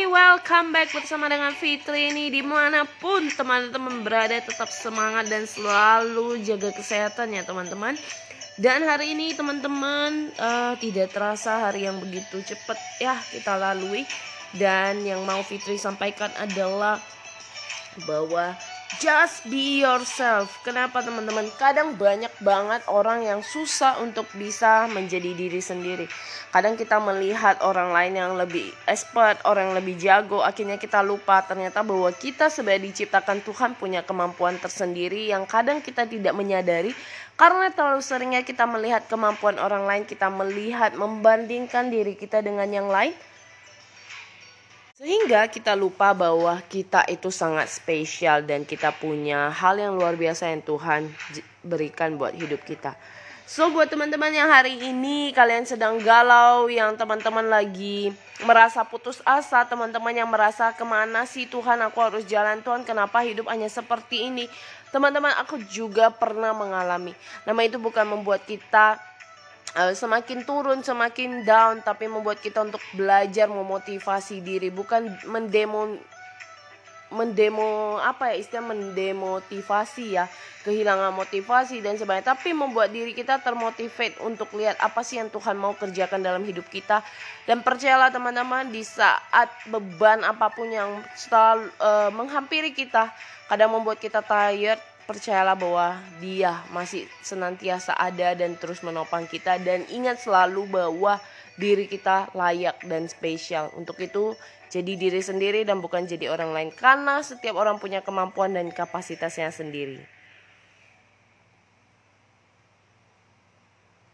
welcome back bersama dengan Fitri ini. Dimanapun teman-teman berada, tetap semangat dan selalu jaga kesehatan ya teman-teman. Dan hari ini teman-teman tidak terasa hari yang begitu cepat ya kita lalui. Dan yang mau Fitri sampaikan adalah bahwa just be yourself. Kenapa teman-teman? Kadang banyak banget orang yang susah untuk bisa menjadi diri sendiri. Kadang kita melihat orang lain yang lebih expert, orang yang lebih jago, akhirnya kita lupa ternyata bahwa kita sebagai diciptakan Tuhan punya kemampuan tersendiri yang kadang kita tidak menyadari. Karena terlalu seringnya kita melihat kemampuan orang lain, kita melihat membandingkan diri kita dengan yang lain, sehingga kita lupa bahwa kita itu sangat spesial dan kita punya hal yang luar biasa yang Tuhan berikan buat hidup kita. So buat teman-teman yang hari ini kalian sedang galau, yang teman-teman lagi merasa putus asa, teman-teman yang merasa kemana sih Tuhan aku harus jalan, Tuhan kenapa hidup hanya seperti ini. Teman-teman, aku juga pernah mengalami. Nama itu bukan membuat kita semakin turun, semakin down, tapi membuat kita untuk belajar memotivasi diri, bukan mendemotivasi ya, kehilangan motivasi dan sebagainya, tapi membuat diri kita termotivate untuk lihat apa sih yang Tuhan mau kerjakan dalam hidup kita. Dan percayalah teman-teman, di saat beban apapun yang selalu menghampiri kita, kadang membuat kita tired, percayalah bahwa Dia masih senantiasa ada dan terus menopang kita. Dan ingat selalu bahwa diri kita layak dan spesial. Untuk itu, jadi diri sendiri dan bukan jadi orang lain. Karena setiap orang punya kemampuan dan kapasitasnya sendiri.